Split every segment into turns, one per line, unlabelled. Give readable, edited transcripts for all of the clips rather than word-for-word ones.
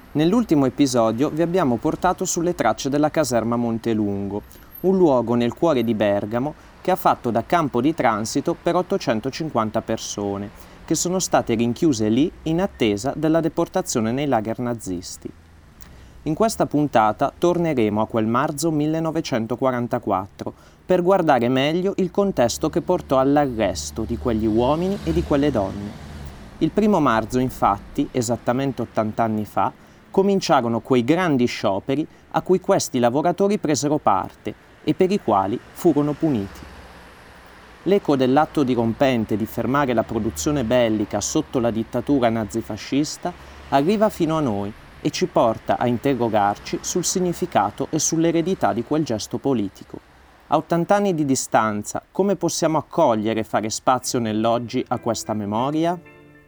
Nell'ultimo episodio vi abbiamo portato sulle tracce della caserma Montelungo, un luogo nel cuore di Bergamo che ha fatto da campo di transito per 850 persone, che sono state rinchiuse lì in attesa della deportazione nei lager nazisti. In questa puntata torneremo a quel marzo 1944 per guardare meglio il contesto che portò all'arresto di quegli uomini e di quelle donne. Il 1 marzo, infatti, esattamente 80 anni fa, cominciarono quei grandi scioperi a cui questi lavoratori presero parte e per i quali furono puniti. L'eco dell'atto dirompente di fermare la produzione bellica sotto la dittatura nazifascista arriva fino a noi e ci porta a interrogarci sul significato e sull'eredità di quel gesto politico. A 80 anni di distanza, come possiamo accogliere e fare spazio nell'oggi a questa memoria?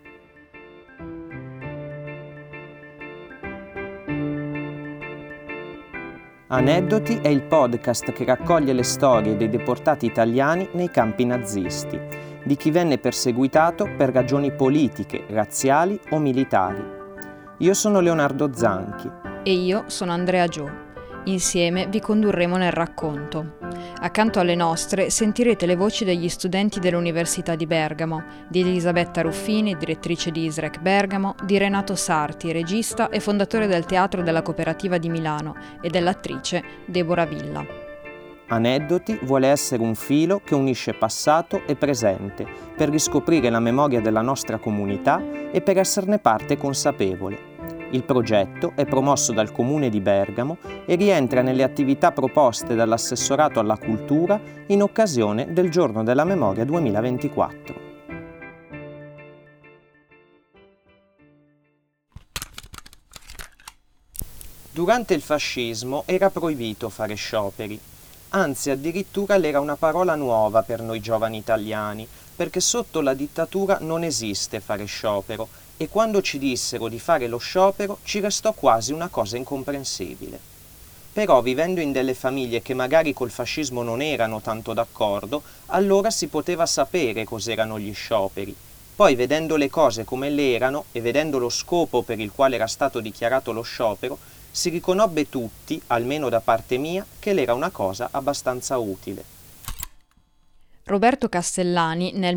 Aneddoti è il podcast che raccoglie le storie dei deportati italiani nei campi nazisti, di chi venne perseguitato per ragioni politiche, razziali o militari. Io sono Leonardo Zanchi.
E io sono Andrea Gio. Insieme vi condurremo nel racconto. Accanto alle nostre sentirete le voci degli studenti dell'Università di Bergamo, di Elisabetta Ruffini, direttrice di ISREC Bergamo, di Renato Sarti, regista e fondatore del Teatro della Cooperativa di Milano, e dell'attrice Deborah Villa.
Aneddoti vuole essere un filo che unisce passato e presente per riscoprire la memoria della nostra comunità e per esserne parte consapevole. Il progetto è promosso dal Comune di Bergamo e rientra nelle attività proposte dall'Assessorato alla Cultura in occasione del Giorno della Memoria 2024. Durante il fascismo era proibito fare scioperi, anzi addirittura l'era una parola nuova per noi giovani italiani, perché sotto la dittatura non esiste fare sciopero, e quando ci dissero di fare lo sciopero ci restò quasi una cosa incomprensibile. Però vivendo in delle famiglie che magari col fascismo non erano tanto d'accordo, allora si poteva sapere cos'erano gli scioperi. Poi vedendo le cose come le erano e vedendo lo scopo per il quale era stato dichiarato lo sciopero, si riconobbe tutti, almeno da parte mia, che l'era una cosa abbastanza utile.
Roberto Castellani nel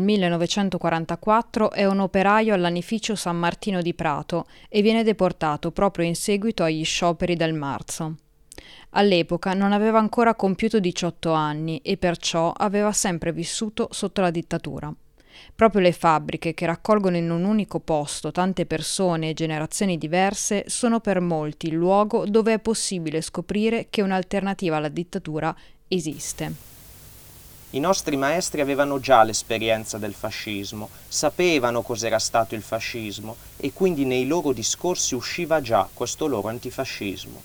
1944 è un operaio all'Anificio San Martino di Prato e viene deportato proprio in seguito agli scioperi del marzo. All'epoca non aveva ancora compiuto 18 anni e perciò aveva sempre vissuto sotto la dittatura. Proprio le fabbriche che raccolgono in un unico posto tante persone e generazioni diverse sono per molti il luogo dove è possibile scoprire che un'alternativa alla dittatura esiste.
I nostri maestri avevano già l'esperienza del fascismo, sapevano cos'era stato il fascismo e quindi nei loro discorsi usciva già questo loro antifascismo.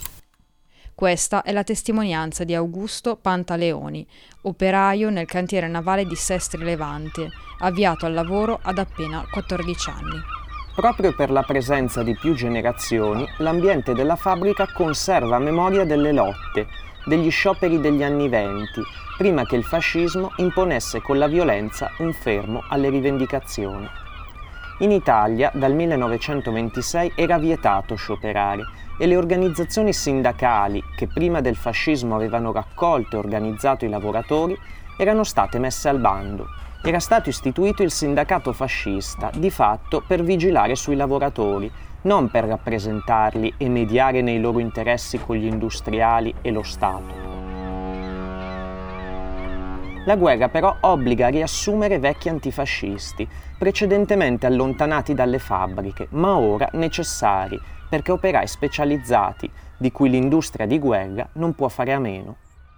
Questa è la testimonianza di Augusto Pantaleoni, operaio nel cantiere navale di Sestri Levante, avviato al lavoro ad appena 14 anni.
Proprio per la presenza di più generazioni, l'ambiente della fabbrica conserva memoria delle lotte, degli scioperi degli anni '20, prima che il fascismo imponesse con la violenza un fermo alle rivendicazioni. In Italia, dal 1926, era vietato scioperare e le organizzazioni sindacali che prima del fascismo avevano raccolto e organizzato i lavoratori erano state messe al bando. Era stato istituito il sindacato fascista, di fatto per vigilare sui lavoratori, non per rappresentarli e mediare nei loro interessi con gli industriali e lo Stato. La guerra però obbliga a riassumere vecchi antifascisti, precedentemente allontanati dalle fabbriche, ma ora necessari, perché operai specializzati, di cui l'industria di guerra non può fare a meno.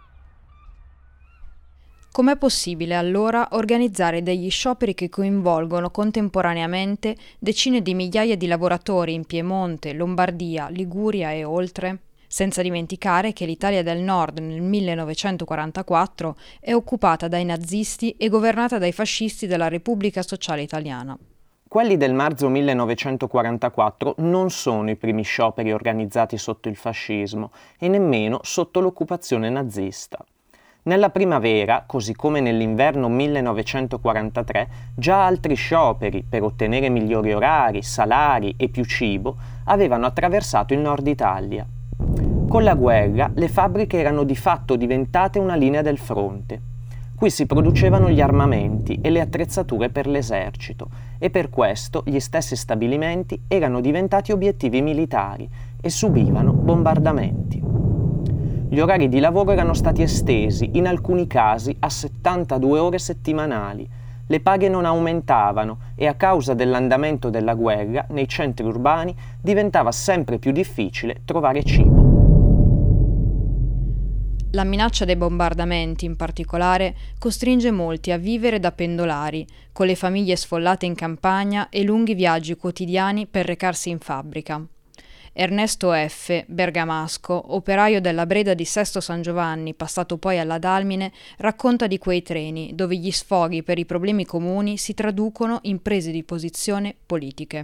Com'è possibile allora organizzare degli scioperi che coinvolgono contemporaneamente decine di migliaia di lavoratori in Piemonte, Lombardia, Liguria e oltre? Senza dimenticare che l'Italia del Nord nel 1944 è occupata dai nazisti e governata dai fascisti della Repubblica Sociale Italiana.
Quelli del marzo 1944 non sono i primi scioperi organizzati sotto il fascismo e nemmeno sotto l'occupazione nazista. Nella primavera, così come nell'inverno 1943, già altri scioperi per ottenere migliori orari, salari e più cibo avevano attraversato il nord Italia. Con la guerra le fabbriche erano di fatto diventate una linea del fronte. Qui si producevano gli armamenti e le attrezzature per l'esercito e per questo gli stessi stabilimenti erano diventati obiettivi militari e subivano bombardamenti. Gli orari di lavoro erano stati estesi, in alcuni casi, a 72 ore settimanali. Le paghe non aumentavano e a causa dell'andamento della guerra, nei centri urbani diventava sempre più difficile trovare cibo.
La minaccia dei bombardamenti, in particolare, costringe molti a vivere da pendolari, con le famiglie sfollate in campagna e lunghi viaggi quotidiani per recarsi in fabbrica. Ernesto F., bergamasco, operaio della Breda di Sesto San Giovanni, passato poi alla Dalmine, racconta di quei treni dove gli sfoghi per i problemi comuni si traducono in prese di posizione politiche.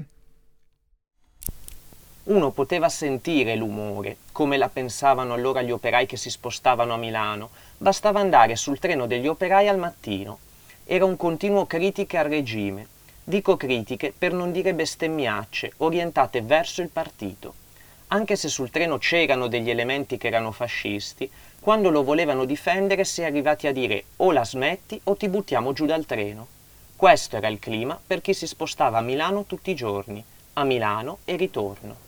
Uno poteva sentire l'umore, come la pensavano allora gli operai che si spostavano a Milano. Bastava andare sul treno degli operai al mattino. Era un continuo critiche al regime. Dico critiche per non dire bestemmiacce, orientate verso il partito. Anche se sul treno c'erano degli elementi che erano fascisti, quando lo volevano difendere si è arrivati a dire o la smetti o ti buttiamo giù dal treno. Questo era il clima per chi si spostava a Milano tutti i giorni, a Milano e ritorno.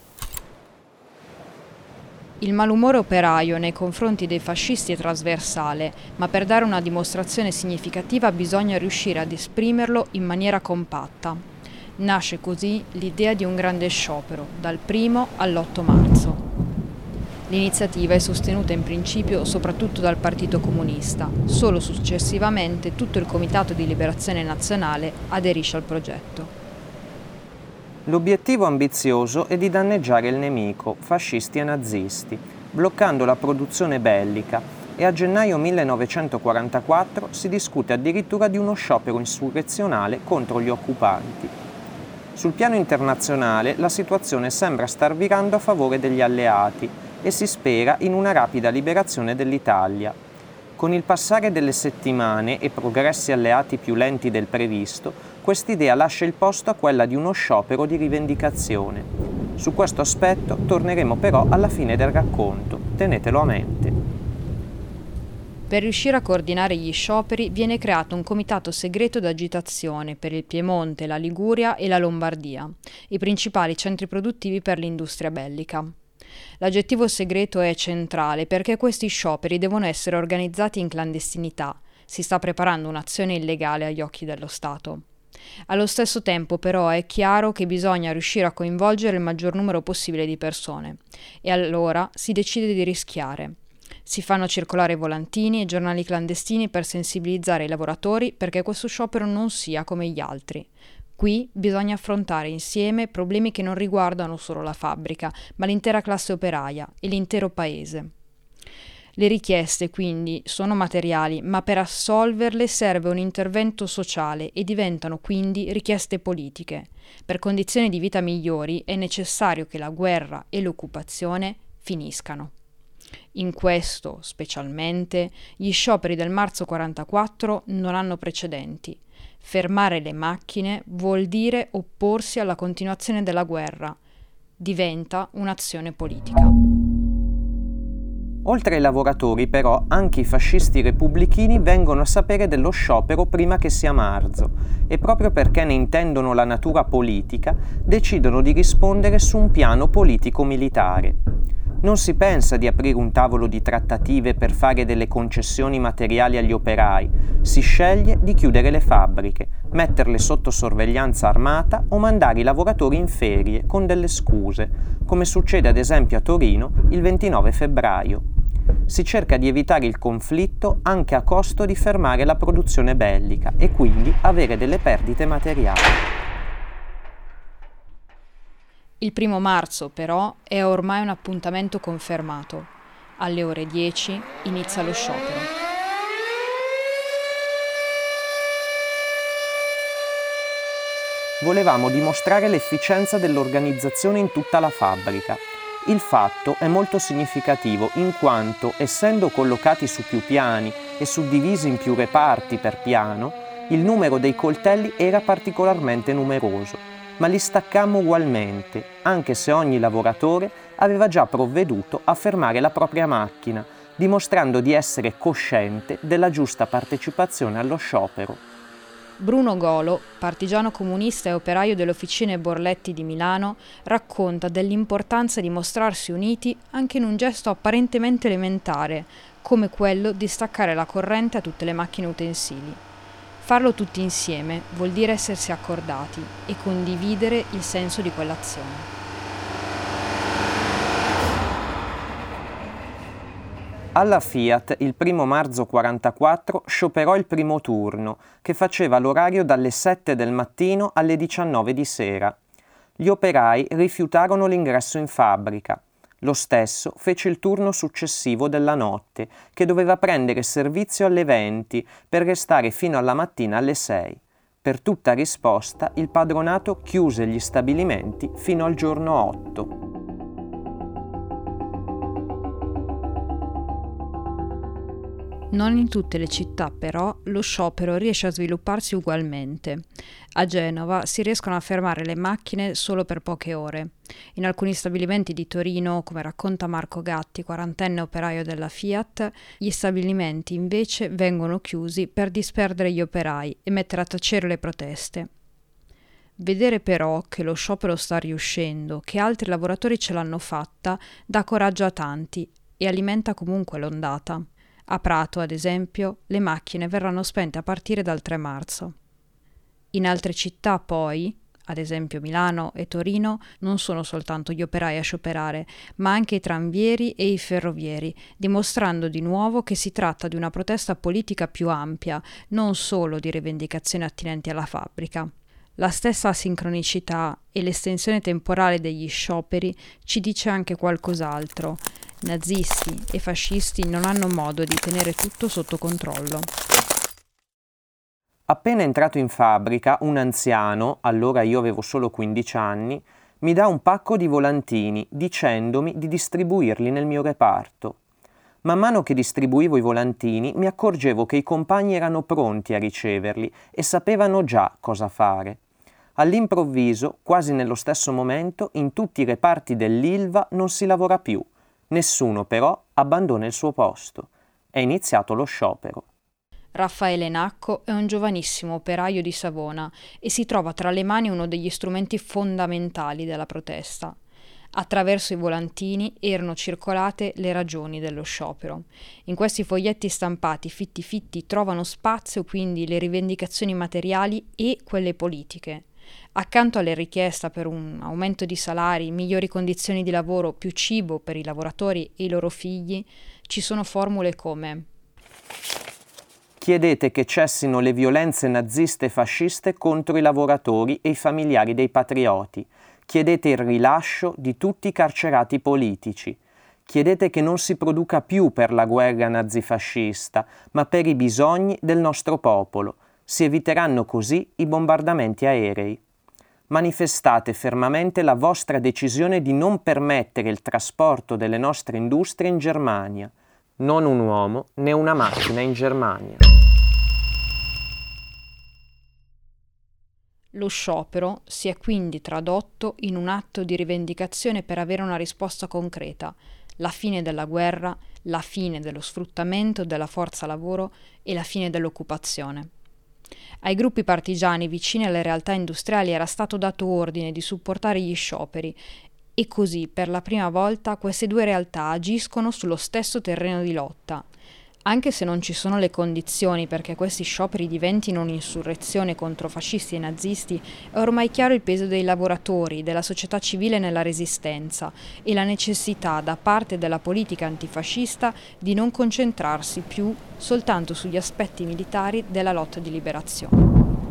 Il malumore operaio nei confronti dei fascisti è trasversale, ma per dare una dimostrazione significativa bisogna riuscire ad esprimerlo in maniera compatta. Nasce così l'idea di un grande sciopero, dal 1 all'8 marzo. L'iniziativa è sostenuta in principio soprattutto dal Partito Comunista, solo successivamente tutto il Comitato di Liberazione Nazionale aderisce al progetto.
L'obiettivo ambizioso è di danneggiare il nemico, fascisti e nazisti, bloccando la produzione bellica e a gennaio 1944 si discute addirittura di uno sciopero insurrezionale contro gli occupanti. Sul piano internazionale la situazione sembra star virando a favore degli alleati e si spera in una rapida liberazione dell'Italia. Con il passare delle settimane e progressi alleati più lenti del previsto, quest'idea lascia il posto a quella di uno sciopero di rivendicazione. Su questo aspetto torneremo però alla fine del racconto, tenetelo a mente.
Per riuscire a coordinare gli scioperi viene creato un comitato segreto d'agitazione per il Piemonte, la Liguria e la Lombardia, i principali centri produttivi per l'industria bellica. L'aggettivo segreto è centrale perché questi scioperi devono essere organizzati in clandestinità. Si sta preparando un'azione illegale agli occhi dello Stato. Allo stesso tempo però è chiaro che bisogna riuscire a coinvolgere il maggior numero possibile di persone e allora si decide di rischiare. Si fanno circolare volantini e giornali clandestini per sensibilizzare i lavoratori perché questo sciopero non sia come gli altri. Qui bisogna affrontare insieme problemi che non riguardano solo la fabbrica, ma l'intera classe operaia e l'intero paese. Le richieste, quindi, sono materiali, ma per assolverle serve un intervento sociale e diventano quindi richieste politiche. Per condizioni di vita migliori è necessario che la guerra e l'occupazione finiscano. In questo, specialmente, gli scioperi del marzo 44 non hanno precedenti. Fermare le macchine vuol dire opporsi alla continuazione della guerra. Diventa un'azione politica.
Oltre ai lavoratori, però, anche i fascisti repubblichini vengono a sapere dello sciopero prima che sia marzo e proprio perché ne intendono la natura politica, decidono di rispondere su un piano politico-militare. Non si pensa di aprire un tavolo di trattative per fare delle concessioni materiali agli operai, si sceglie di chiudere le fabbriche, metterle sotto sorveglianza armata o mandare i lavoratori in ferie con delle scuse, come succede ad esempio a Torino il 29 febbraio. Si cerca di evitare il conflitto anche a costo di fermare la produzione bellica e quindi avere delle perdite materiali.
Il 1 marzo, però, è ormai un appuntamento confermato. Alle ore 10 inizia lo sciopero.
Volevamo dimostrare l'efficienza dell'organizzazione in tutta la fabbrica. Il fatto è molto significativo in quanto, essendo collocati su più piani e suddivisi in più reparti per piano, il numero dei coltelli era particolarmente numeroso, ma li staccammo ugualmente, anche se ogni lavoratore aveva già provveduto a fermare la propria macchina, dimostrando di essere cosciente della giusta partecipazione allo sciopero.
Bruno Golo, partigiano comunista e operaio delle officine Borletti di Milano, racconta dell'importanza di mostrarsi uniti anche in un gesto apparentemente elementare, come quello di staccare la corrente a tutte le macchine utensili. Farlo tutti insieme vuol dire essersi accordati e condividere il senso di quell'azione.
Alla Fiat il 1 marzo 1944 scioperò il primo turno, che faceva l'orario dalle 7 del mattino alle 19 di sera. Gli operai rifiutarono l'ingresso in fabbrica. Lo stesso fece il turno successivo della notte, che doveva prendere servizio alle 20 per restare fino alla mattina alle 6. Per tutta risposta il padronato chiuse gli stabilimenti fino al giorno 8.
Non in tutte le città, però, lo sciopero riesce a svilupparsi ugualmente. A Genova si riescono a fermare le macchine solo per poche ore. In alcuni stabilimenti di Torino, come racconta Marco Gatti, quarantenne operaio della Fiat, gli stabilimenti invece vengono chiusi per disperdere gli operai e mettere a tacere le proteste. Vedere però che lo sciopero sta riuscendo, che altri lavoratori ce l'hanno fatta, dà coraggio a tanti e alimenta comunque l'ondata. A Prato, ad esempio, le macchine verranno spente a partire dal 3 marzo. In altre città, poi, ad esempio Milano e Torino, non sono soltanto gli operai a scioperare, ma anche i tranvieri e i ferrovieri, dimostrando di nuovo che si tratta di una protesta politica più ampia, non solo di rivendicazioni attinenti alla fabbrica. La stessa asincronicità e l'estensione temporale degli scioperi ci dice anche qualcos'altro. Nazisti e fascisti non hanno modo di tenere tutto sotto controllo.
Appena entrato in fabbrica, un anziano, allora io avevo solo 15 anni, mi dà un pacco di volantini dicendomi di distribuirli nel mio reparto. Man mano che distribuivo i volantini mi accorgevo che i compagni erano pronti a riceverli e sapevano già cosa fare. All'improvviso, quasi nello stesso momento, in tutti i reparti dell'Ilva non si lavora più. Nessuno però abbandona il suo posto. È iniziato lo sciopero.
Raffaele Nacco è un giovanissimo operaio di Savona e si trova tra le mani uno degli strumenti fondamentali della protesta. Attraverso i volantini erano circolate le ragioni dello sciopero. In questi foglietti stampati fitti fitti trovano spazio quindi le rivendicazioni materiali e quelle politiche. Accanto alle richieste per un aumento di salari, migliori condizioni di lavoro, più cibo per i lavoratori e i loro figli, ci sono formule come:
chiedete che cessino le violenze naziste e fasciste contro i lavoratori e i familiari dei patrioti. Chiedete il rilascio di tutti i carcerati politici. Chiedete che non si produca più per la guerra nazifascista, ma per i bisogni del nostro popolo. Si eviteranno così i bombardamenti aerei. Manifestate fermamente la vostra decisione di non permettere il trasporto delle nostre industrie in Germania. Non un uomo né una macchina in Germania.
Lo sciopero si è quindi tradotto in un atto di rivendicazione per avere una risposta concreta: la fine della guerra, la fine dello sfruttamento della forza lavoro e la fine dell'occupazione. Ai gruppi partigiani vicini alle realtà industriali era stato dato ordine di supportare gli scioperi e così per la prima volta queste due realtà agiscono sullo stesso terreno di lotta. Anche se non ci sono le condizioni perché questi scioperi diventino un'insurrezione contro fascisti e nazisti, è ormai chiaro il peso dei lavoratori, della società civile nella resistenza e la necessità da parte della politica antifascista di non concentrarsi più soltanto sugli aspetti militari della lotta di liberazione.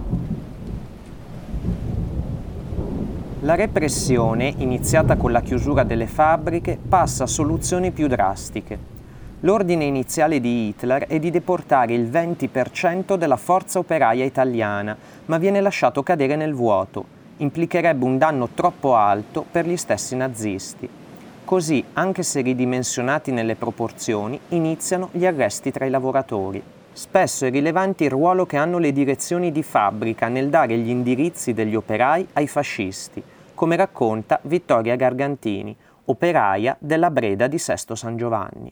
La repressione, iniziata con la chiusura delle fabbriche, passa a soluzioni più drastiche. L'ordine iniziale di Hitler è di deportare il 20% della forza operaia italiana, ma viene lasciato cadere nel vuoto. Implicherebbe un danno troppo alto per gli stessi nazisti. Così, anche se ridimensionati nelle proporzioni, iniziano gli arresti tra i lavoratori. Spesso è rilevante il ruolo che hanno le direzioni di fabbrica nel dare gli indirizzi degli operai ai fascisti, come racconta Vittoria Gargantini, operaia della Breda di Sesto San Giovanni.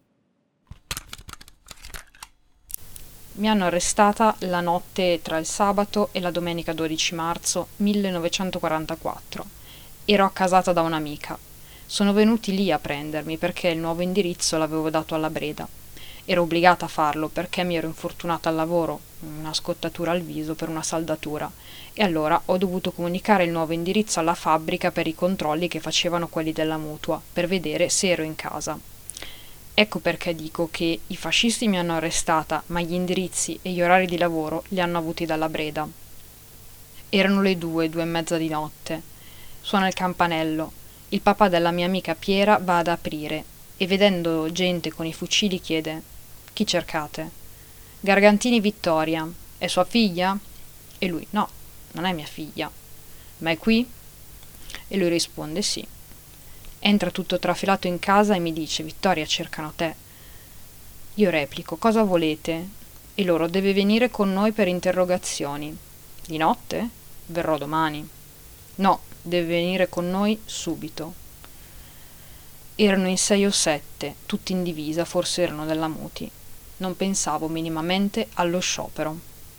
Mi hanno arrestata la notte tra il sabato e la domenica 12 marzo 1944. Ero accasata da un'amica. Sono venuti lì a prendermi perché il nuovo indirizzo l'avevo dato alla Breda. Ero obbligata a farlo perché mi ero infortunata al lavoro, una scottatura al viso per una saldatura, e allora ho dovuto comunicare il nuovo indirizzo alla fabbrica per i controlli che facevano quelli della mutua, per vedere se ero in casa. Ecco perché dico che i fascisti mi hanno arrestata, ma gli indirizzi e gli orari di lavoro li hanno avuti dalla Breda. Erano le 2:30 di notte. Suona il campanello. Il papà della mia amica Piera va ad aprire e vedendo gente con i fucili chiede: «Chi cercate?» «Gargantini Vittoria. È sua figlia?» E lui: «No, non è mia figlia». «Ma è qui?» E lui risponde: «Sì». Entra tutto trafilato in casa e mi dice: «Vittoria, cercano te». Io replico: «Cosa volete?» E loro: «Deve venire con noi per interrogazioni». «Di notte?» «Verrò domani». «No, deve venire con noi subito». Erano in 6 o 7, tutti in divisa, forse erano della Muti. Non pensavo minimamente allo sciopero.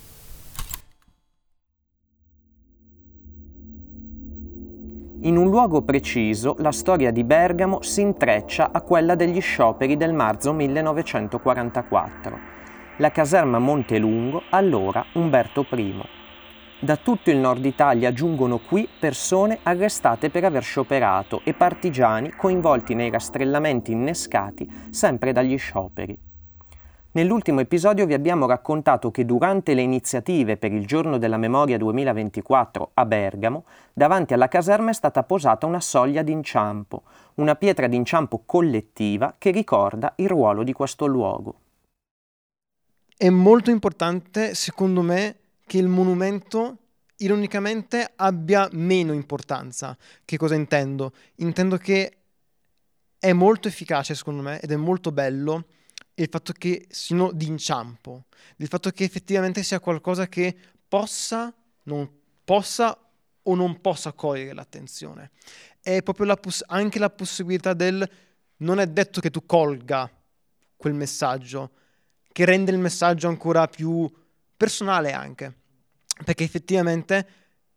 In un luogo preciso, la storia di Bergamo si intreccia a quella degli scioperi del marzo 1944. La caserma Montelungo, allora Umberto I. Da tutto il nord Italia giungono qui persone arrestate per aver scioperato e partigiani coinvolti nei rastrellamenti innescati sempre dagli scioperi. Nell'ultimo episodio vi abbiamo raccontato che durante le iniziative per il Giorno della Memoria 2024 a Bergamo, davanti alla caserma è stata posata una soglia d'inciampo, una pietra d'inciampo collettiva che ricorda il ruolo di questo luogo.
È molto importante, secondo me, che il monumento, ironicamente, abbia meno importanza. Che cosa intendo? Intendo che è molto efficace, secondo me, ed è molto bello il fatto che siano d'inciampo, il fatto che effettivamente sia qualcosa che possa o non possa cogliere l'attenzione. È proprio anche la possibilità del non è detto che tu colga quel messaggio, che rende il messaggio ancora più personale anche, perché effettivamente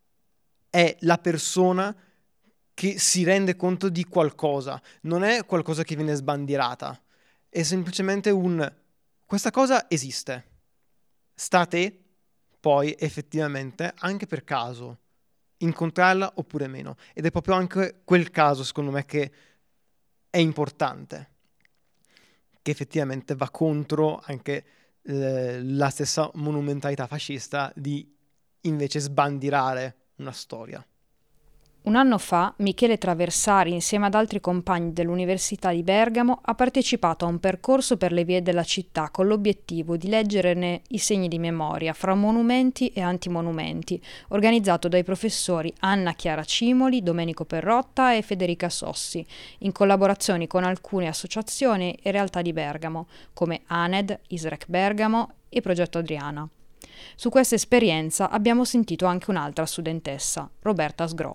è la persona che si rende conto di qualcosa, non è qualcosa che viene sbandierata, è semplicemente questa cosa esiste, sta a te poi effettivamente anche per caso incontrarla oppure meno, ed è proprio anche quel caso secondo me che è importante, che effettivamente va contro anche la stessa monumentalità fascista di invece sbandierare una storia.
Un anno fa Michele Traversari, insieme ad altri compagni dell'Università di Bergamo, ha partecipato a un percorso per le vie della città con l'obiettivo di leggerne i segni di memoria fra monumenti e antimonumenti, organizzato dai professori Anna Chiara Cimoli, Domenico Perrotta e Federica Sossi, in collaborazione con alcune associazioni e realtà di Bergamo, come ANED, ISREC Bergamo e Progetto Adriana. Su questa esperienza abbiamo sentito anche un'altra studentessa, Roberta Sgro.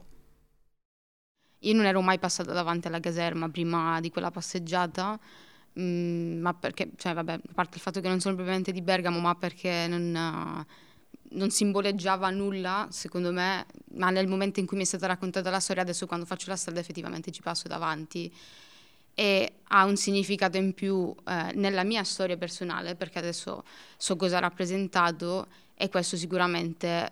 Io non ero mai passata davanti alla caserma prima di quella passeggiata, ma perché, a parte il fatto che non sono propriamente di Bergamo, ma perché non simboleggiava nulla, secondo me, ma nel momento in cui mi è stata raccontata la storia, adesso quando faccio la strada effettivamente ci passo davanti e ha un significato in più nella mia storia personale, perché adesso so cosa ha rappresentato e questo sicuramente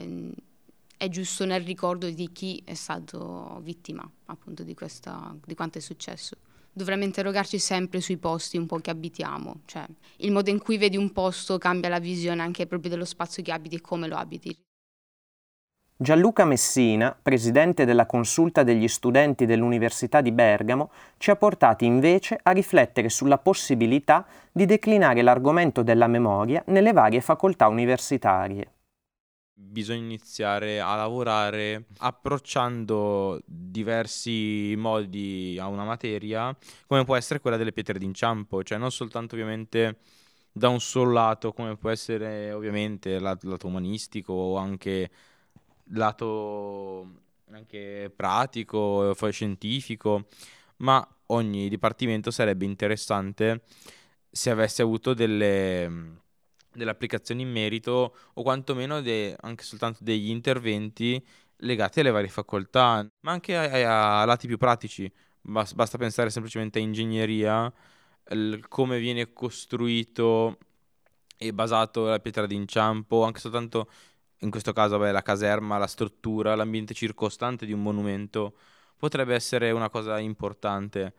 è giusto nel ricordo di chi è stato vittima appunto di quanto è successo. Dovremmo interrogarci sempre sui posti un po' che abitiamo, cioè il modo in cui vedi un posto cambia la visione anche proprio dello spazio che abiti e come lo abiti.
Gianluca Messina, presidente della consulta degli studenti dell'Università di Bergamo, ci ha portati invece a riflettere sulla possibilità di declinare l'argomento della memoria nelle varie facoltà universitarie.
Bisogna iniziare a lavorare approcciando diversi modi a una materia, come può essere quella delle pietre d'inciampo, cioè non soltanto ovviamente da un solo lato, come può essere ovviamente lato umanistico o anche lato anche pratico, scientifico, ma ogni dipartimento sarebbe interessante se avesse avuto delle applicazioni in merito o quantomeno anche soltanto degli interventi legati alle varie facoltà, ma anche a lati più pratici. Basta pensare semplicemente a ingegneria, come viene costruito e basato la pietra d'inciampo, anche soltanto in questo caso la caserma, la struttura, l'ambiente circostante di un monumento potrebbe essere una cosa importante.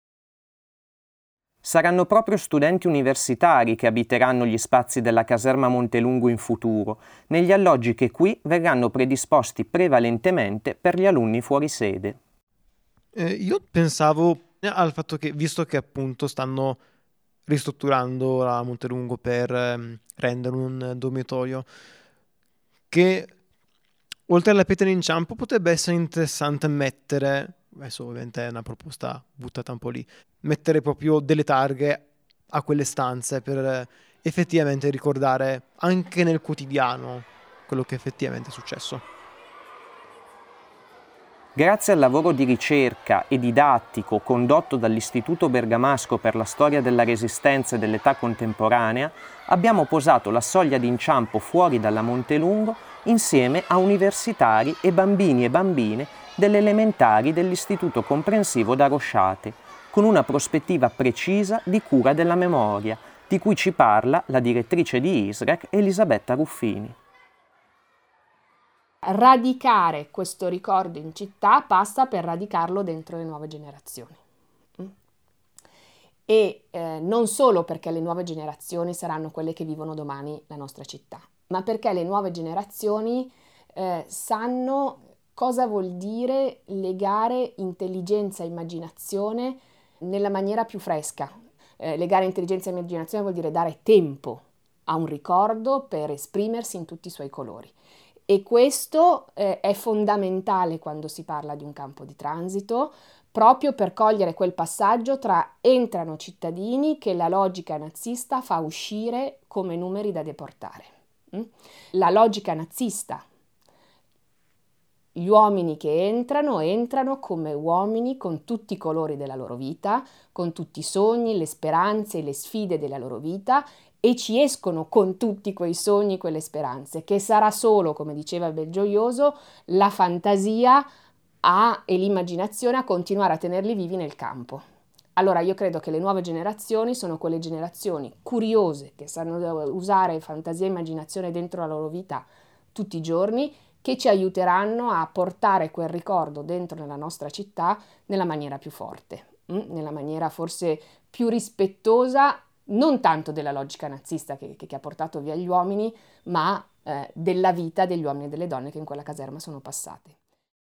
Saranno proprio studenti universitari che abiteranno gli spazi della caserma Montelungo in futuro, negli alloggi che qui verranno predisposti prevalentemente per gli alunni fuori sede.
Io pensavo al fatto che, visto che appunto stanno ristrutturando la Montelungo per rendere un dormitorio, che oltre alla pietra d'inciampo potrebbe essere interessante mettere, adesso ovviamente è una proposta buttata un po' lì, mettere proprio delle targhe a quelle stanze per effettivamente ricordare anche nel quotidiano quello che effettivamente è successo.
Grazie al lavoro di ricerca e didattico condotto dall'Istituto Bergamasco per la storia della Resistenza e dell'età contemporanea, abbiamo posato la soglia d'inciampo fuori dalla Montelungo insieme a universitari e bambine delle elementari dell'Istituto Comprensivo da Rosciate, con una prospettiva precisa di cura della memoria, di cui ci parla la direttrice di ISREC Elisabetta Ruffini.
Radicare questo ricordo in città passa per radicarlo dentro le nuove generazioni. E non solo perché le nuove generazioni saranno quelle che vivono domani la nostra città, ma perché le nuove generazioni sanno cosa vuol dire legare intelligenza e immaginazione nella maniera più fresca. Legare intelligenza e immaginazione vuol dire dare tempo a un ricordo per esprimersi in tutti i suoi colori. E questo è fondamentale quando si parla di un campo di transito, proprio per cogliere quel passaggio tra entrano cittadini che la logica nazista fa uscire come numeri da deportare. La logica nazista, gli uomini che entrano come uomini con tutti i colori della loro vita, con tutti i sogni, le speranze e le sfide della loro vita, e ci escono con tutti quei sogni, quelle speranze, che sarà solo, come diceva Belgioioso, la fantasia e l'immaginazione a continuare a tenerli vivi nel campo. Allora io credo che le nuove generazioni sono quelle generazioni curiose, che sanno usare fantasia e immaginazione dentro la loro vita tutti i giorni, che ci aiuteranno a portare quel ricordo dentro nella nostra città nella maniera più forte, nella maniera forse più rispettosa, non tanto della logica nazista che ha portato via gli uomini, ma della vita degli uomini e delle donne che in quella caserma sono passate.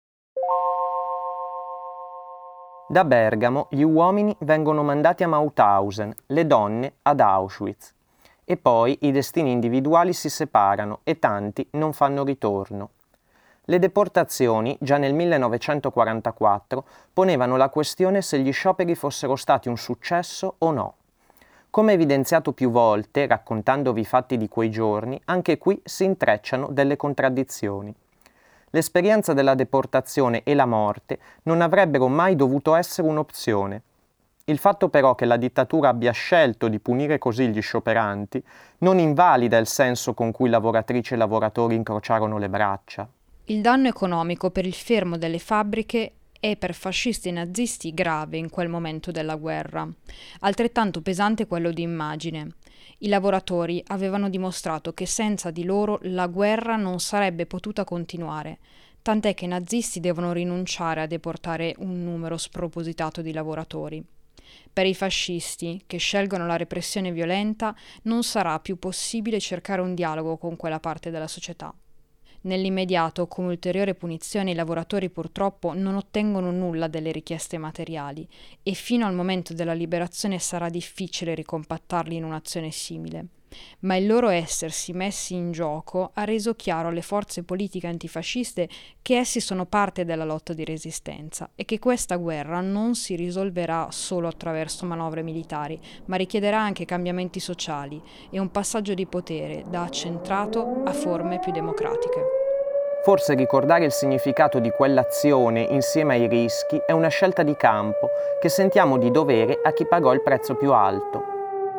Da Bergamo gli uomini vengono mandati a Mauthausen, le donne ad Auschwitz. E poi i destini individuali si separano e tanti non fanno ritorno. Le deportazioni, già nel 1944, ponevano la questione se gli scioperi fossero stati un successo o no. Come evidenziato più volte, raccontandovi i fatti di quei giorni, anche qui si intrecciano delle contraddizioni. L'esperienza della deportazione e la morte non avrebbero mai dovuto essere un'opzione. Il fatto però che la dittatura abbia scelto di punire così gli scioperanti non invalida il senso con cui lavoratrici e lavoratori incrociarono le braccia.
Il danno economico per il fermo delle fabbriche è per fascisti e nazisti grave in quel momento della guerra, altrettanto pesante quello di immagine. I lavoratori avevano dimostrato che senza di loro la guerra non sarebbe potuta continuare, tant'è che i nazisti devono rinunciare a deportare un numero spropositato di lavoratori. Per i fascisti, che scelgono la repressione violenta, non sarà più possibile cercare un dialogo con quella parte della società. Nell'immediato, come ulteriore punizione, i lavoratori purtroppo non ottengono nulla delle richieste materiali e fino al momento della liberazione sarà difficile ricompattarli in un'azione simile. ma il loro essersi messi in gioco ha reso chiaro alle forze politiche antifasciste che essi sono parte della lotta di resistenza e che questa guerra non si risolverà solo attraverso manovre militari, ma richiederà anche cambiamenti sociali e un passaggio di potere da accentrato a forme più democratiche.
Forse ricordare il significato di quell'azione insieme ai rischi è una scelta di campo che sentiamo di dovere a chi pagò il prezzo più alto.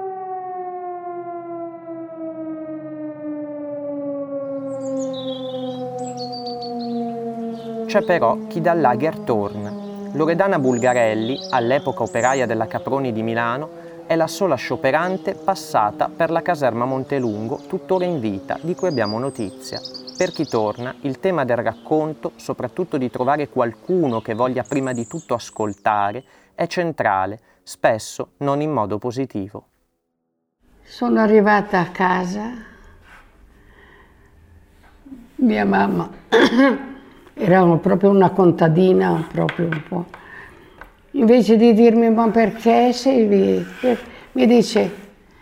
C'è però chi dal lager torna. Loredana Bulgarelli, all'epoca operaia della Caproni di Milano, è la sola scioperante passata per la caserma Montelungo, tuttora in vita, di cui abbiamo notizia. Per chi torna, il tema del racconto, soprattutto di trovare qualcuno che voglia prima di tutto ascoltare, è centrale, spesso non in modo positivo.
Sono arrivata a casa, mia mamma era proprio una contadina, proprio un po'. Invece di dirmi ma perché Silvi, mi dice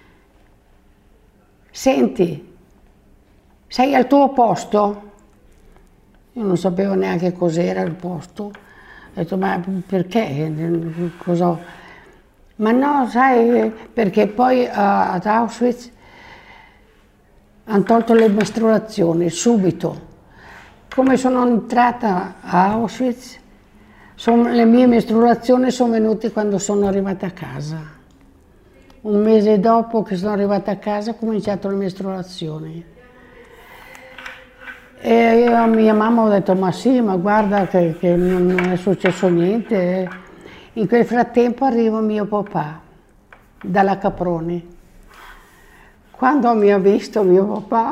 senti, sei al tuo posto? Io non sapevo neanche cos'era il posto. Ho detto ma perché? Cosa? Ma no, sai, perché poi ad Auschwitz hanno tolto le mestruazioni subito. Come sono entrata a Auschwitz, le mie mestruazioni sono venute quando sono arrivata a casa. Un mese dopo che sono arrivata a casa ho cominciato le mestruazioni. E io a mia mamma ho detto ma sì, ma guarda che non è successo niente. In quel frattempo arriva mio papà dalla Caproni. Quando mi ha visto mio papà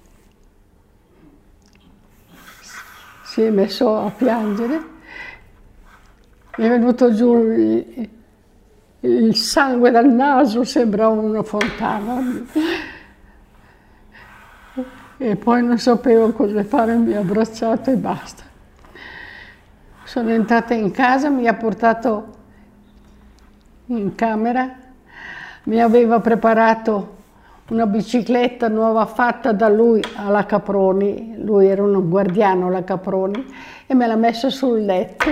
si è messo a piangere, mi è venuto giù il sangue dal naso, sembra una fontana. E poi non sapevo cosa fare, mi ha abbracciato e basta. Sono entrata in casa, mi ha portato in camera, mi aveva preparato una bicicletta nuova fatta da lui alla Caproni, lui era un guardiano alla Caproni, e me l'ha messa sul letto.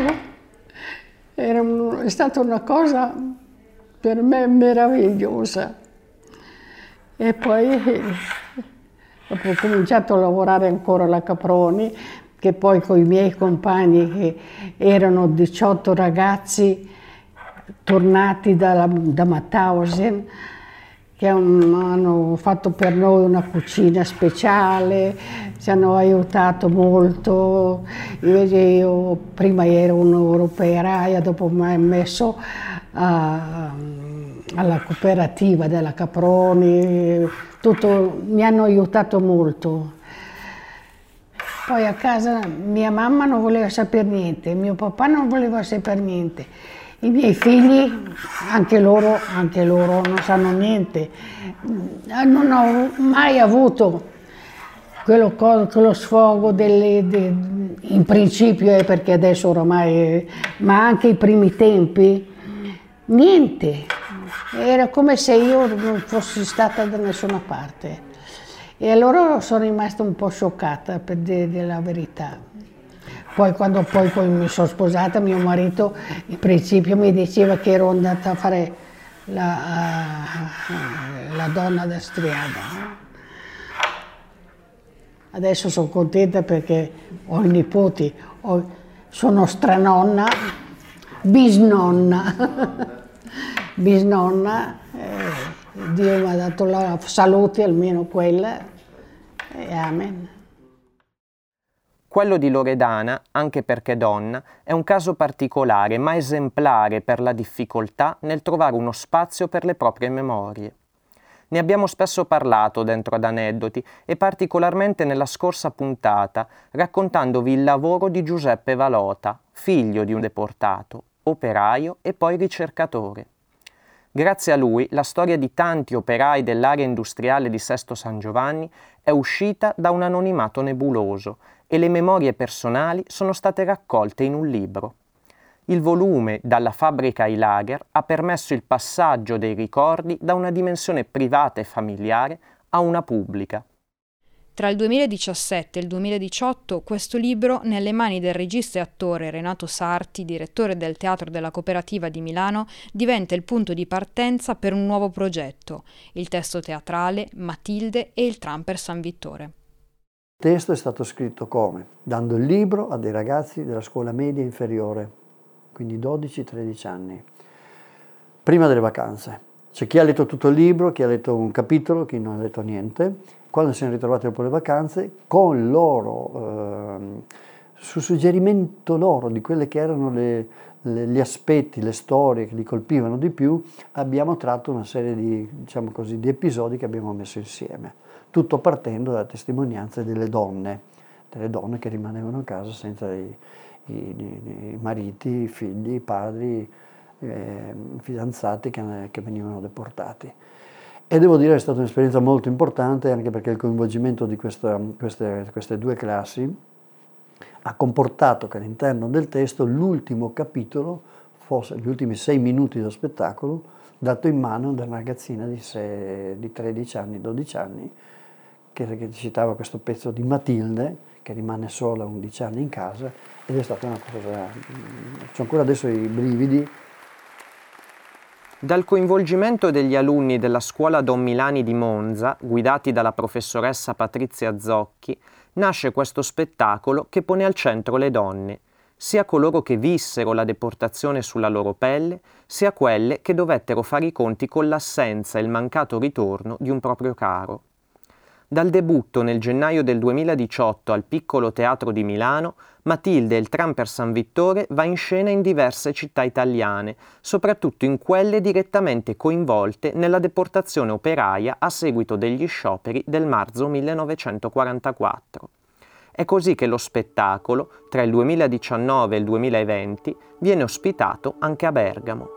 È stata una cosa per me meravigliosa. E poi dopo ho cominciato a lavorare ancora alla Caproni, che poi con i miei compagni, che erano 18 ragazzi tornati da Mauthausen, che hanno fatto per noi una cucina speciale, ci hanno aiutato molto. Invece io prima ero un'operaia, dopo mi hanno messo alla cooperativa della Caproni, mi hanno aiutato molto. Poi a casa mia mamma non voleva sapere niente, mio papà non voleva sapere niente. I miei figli, anche loro non sanno niente. Non ho mai avuto quello sfogo in principio, perché adesso oramai, ma anche i primi tempi, niente. Era come se io non fossi stata da nessuna parte. E allora sono rimasta un po' scioccata, per dire la verità. Poi quando mi sono sposata, mio marito in principio mi diceva che ero andata a fare la donna da strada. Adesso sono contenta perché ho i nipoti, sono stranonna, bisnonna, Dio mi ha dato la salute, almeno quella, e amen.
Quello di Loredana, anche perché donna, è un caso particolare ma esemplare per la difficoltà nel trovare uno spazio per le proprie memorie. Ne abbiamo spesso parlato dentro ad Aneddoti e particolarmente nella scorsa puntata, raccontandovi il lavoro di Giuseppe Valota, figlio di un deportato, operaio e poi ricercatore. Grazie a lui la storia di tanti operai dell'area industriale di Sesto San Giovanni è uscita da un anonimato nebuloso e le memorie personali sono state raccolte in un libro. Il volume Dalla fabbrica ai lager ha permesso il passaggio dei ricordi da una dimensione privata e familiare a una pubblica.
Tra il 2017 e il 2018 questo libro, nelle mani del regista e attore Renato Sarti, direttore del Teatro della Cooperativa di Milano, diventa il punto di partenza per un nuovo progetto, il testo teatrale Matilde e il tram per San Vittore.
Il testo è stato scritto come? Dando il libro a dei ragazzi della scuola media inferiore, quindi 12-13 anni, prima delle vacanze. C'è chi ha letto tutto il libro, chi ha letto un capitolo, chi non ha letto niente. Quando si sono ritrovati dopo le vacanze, con loro, su suggerimento loro di quelle che erano gli aspetti, le storie che li colpivano di più, abbiamo tratto una serie di, diciamo così, di episodi che abbiamo messo insieme. Tutto partendo da testimonianze delle donne che rimanevano a casa senza i mariti, i figli, i padri, fidanzati che venivano deportati. E devo dire che è stata un'esperienza molto importante, anche perché il coinvolgimento di queste due classi ha comportato che all'interno del testo l'ultimo capitolo fosse, gli ultimi 6 minuti dello spettacolo, dato in mano da una ragazzina di 13 anni, 12 anni, che citava questo pezzo di Matilde, che rimane sola 11 anni in casa, ed è stata una cosa, c'ho ancora adesso i brividi.
Dal coinvolgimento degli alunni della scuola Don Milani di Monza, guidati dalla professoressa Patrizia Zocchi, nasce questo spettacolo che pone al centro le donne, sia coloro che vissero la deportazione sulla loro pelle, sia quelle che dovettero fare i conti con l'assenza e il mancato ritorno di un proprio caro. Dal debutto nel gennaio del 2018 al Piccolo Teatro di Milano, Matilde e il tram per San Vittore va in scena in diverse città italiane, soprattutto in quelle direttamente coinvolte nella deportazione operaia a seguito degli scioperi del marzo 1944. È così che lo spettacolo, tra il 2019 e il 2020, viene ospitato anche a Bergamo.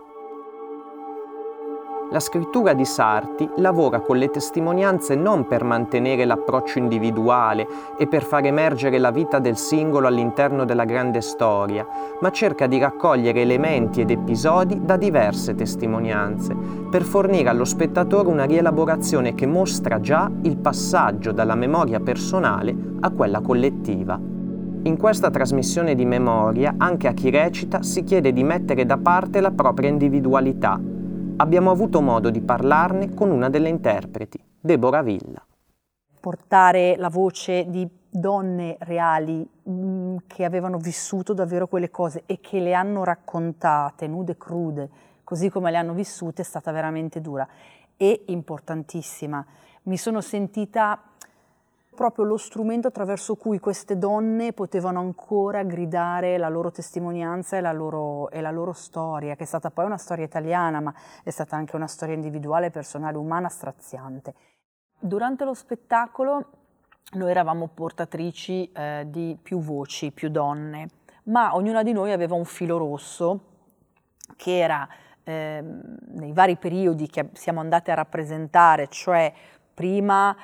La scrittura di Sarti lavora con le testimonianze non per mantenere l'approccio individuale e per far emergere la vita del singolo all'interno della grande storia, ma cerca di raccogliere elementi ed episodi da diverse testimonianze, per fornire allo spettatore una rielaborazione che mostra già il passaggio dalla memoria personale a quella collettiva. In questa trasmissione di memoria, anche a chi recita si chiede di mettere da parte la propria individualità. Abbiamo avuto modo di parlarne con una delle interpreti, Deborah Villa.
Portare la voce di donne reali che avevano vissuto davvero quelle cose e che le hanno raccontate nude e crude, così come le hanno vissute, è stata veramente dura e importantissima. Mi sono sentita proprio lo strumento attraverso cui queste donne potevano ancora gridare la loro testimonianza e la loro storia, che è stata poi una storia italiana, ma è stata anche una storia individuale, personale, umana, straziante. Durante lo spettacolo noi eravamo portatrici di più voci, più donne, ma ognuna di noi aveva un filo rosso che era nei vari periodi che siamo andate a rappresentare, cioè prima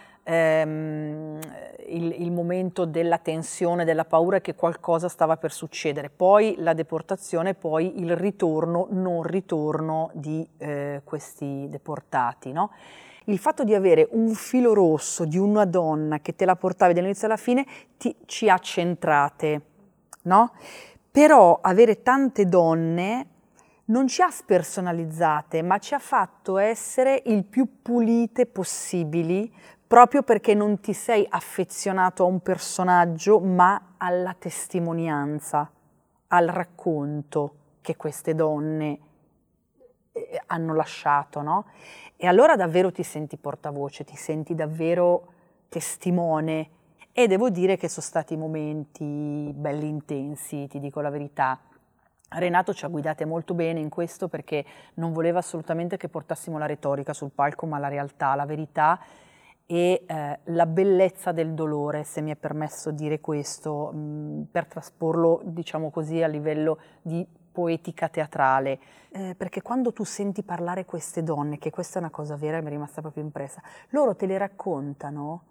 il momento della tensione, della paura che qualcosa stava per succedere, poi la deportazione, poi il ritorno, non ritorno di questi deportati, no? Il fatto di avere un filo rosso di una donna che te la portavi dall'inizio alla fine ci ha centrate, no? Però avere tante donne non ci ha spersonalizzate, ma ci ha fatto essere il più pulite possibili, proprio perché non ti sei affezionato a un personaggio, ma alla testimonianza, al racconto che queste donne hanno lasciato, no? E allora davvero ti senti portavoce, ti senti davvero testimone. E devo dire che sono stati momenti belli intensi, ti dico la verità. Renato ci ha guidate molto bene in questo perché non voleva assolutamente che portassimo la retorica sul palco, ma la realtà, la verità e la bellezza del dolore, se mi è permesso dire questo, per trasporlo, diciamo così, a livello di poetica teatrale. Perché quando tu senti parlare queste donne, che questa è una cosa vera e mi è rimasta proprio impressa, loro te le raccontano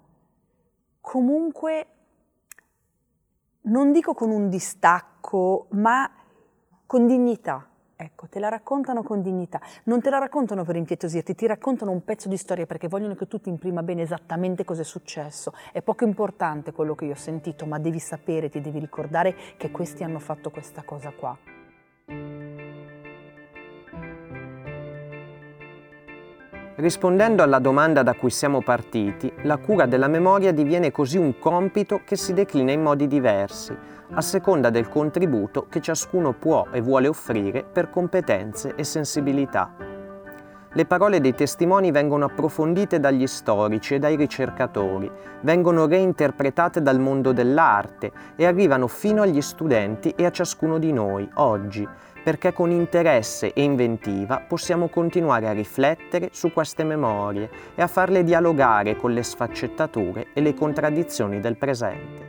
comunque, non dico con un distacco, ma con dignità. Ecco, te la raccontano con dignità, non te la raccontano per impietosirti, ti raccontano un pezzo di storia perché vogliono che tu ti imprima bene esattamente cosa è successo. È poco importante quello che io ho sentito, ma devi sapere, ti devi ricordare che questi hanno fatto questa cosa qua.
Rispondendo alla domanda da cui siamo partiti, la cura della memoria diviene così un compito che si declina in modi diversi, a seconda del contributo che ciascuno può e vuole offrire per competenze e sensibilità. Le parole dei testimoni vengono approfondite dagli storici e dai ricercatori, vengono reinterpretate dal mondo dell'arte e arrivano fino agli studenti e a ciascuno di noi, oggi, perché con interesse e inventiva possiamo continuare a riflettere su queste memorie e a farle dialogare con le sfaccettature e le contraddizioni del presente.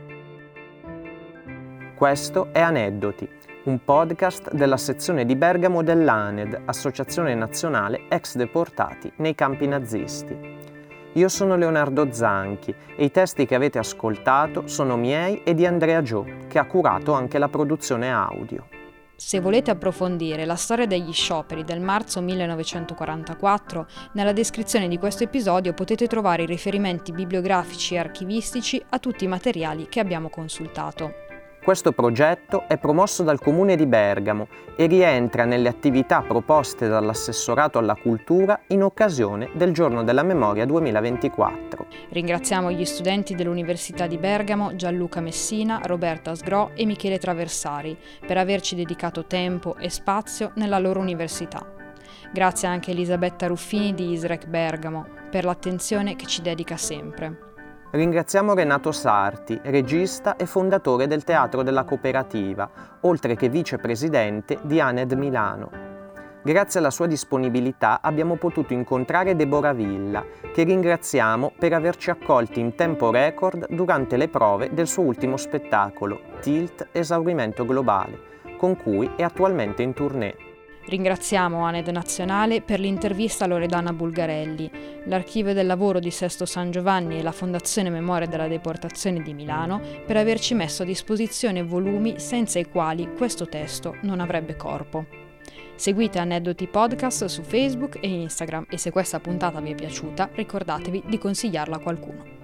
Questo è Aneddoti, un podcast della sezione di Bergamo dell'ANED, Associazione Nazionale Ex Deportati nei Campi Nazisti. Io sono Leonardo Zanchi e i testi che avete ascoltato sono miei e di Andrea Gio, che ha curato anche la produzione audio.
Se volete approfondire la storia degli scioperi del marzo 1944, nella descrizione di questo episodio potete trovare i riferimenti bibliografici e archivistici a tutti i materiali che abbiamo consultato.
Questo progetto è promosso dal Comune di Bergamo e rientra nelle attività proposte dall'Assessorato alla Cultura in occasione del Giorno della Memoria 2024.
Ringraziamo gli studenti dell'Università di Bergamo, Gianluca Messina, Roberta Sgro e Michele Traversari, per averci dedicato tempo e spazio nella loro università. Grazie anche a Elisabetta Ruffini di ISREC Bergamo per l'attenzione che ci dedica sempre.
Ringraziamo Renato Sarti, regista e fondatore del Teatro della Cooperativa, oltre che vicepresidente di ANED Milano. Grazie alla sua disponibilità abbiamo potuto incontrare Deborah Villa, che ringraziamo per averci accolti in tempo record durante le prove del suo ultimo spettacolo, Tilt Esaurimento Globale, con cui è attualmente in tournée.
Ringraziamo ANED Nazionale per l'intervista a Loredana Bulgarelli, l'Archivio del Lavoro di Sesto San Giovanni e la Fondazione Memoria della Deportazione di Milano per averci messo a disposizione volumi senza i quali questo testo non avrebbe corpo. Seguite Aneddoti Podcast su Facebook e Instagram e se questa puntata vi è piaciuta ricordatevi di consigliarla a qualcuno.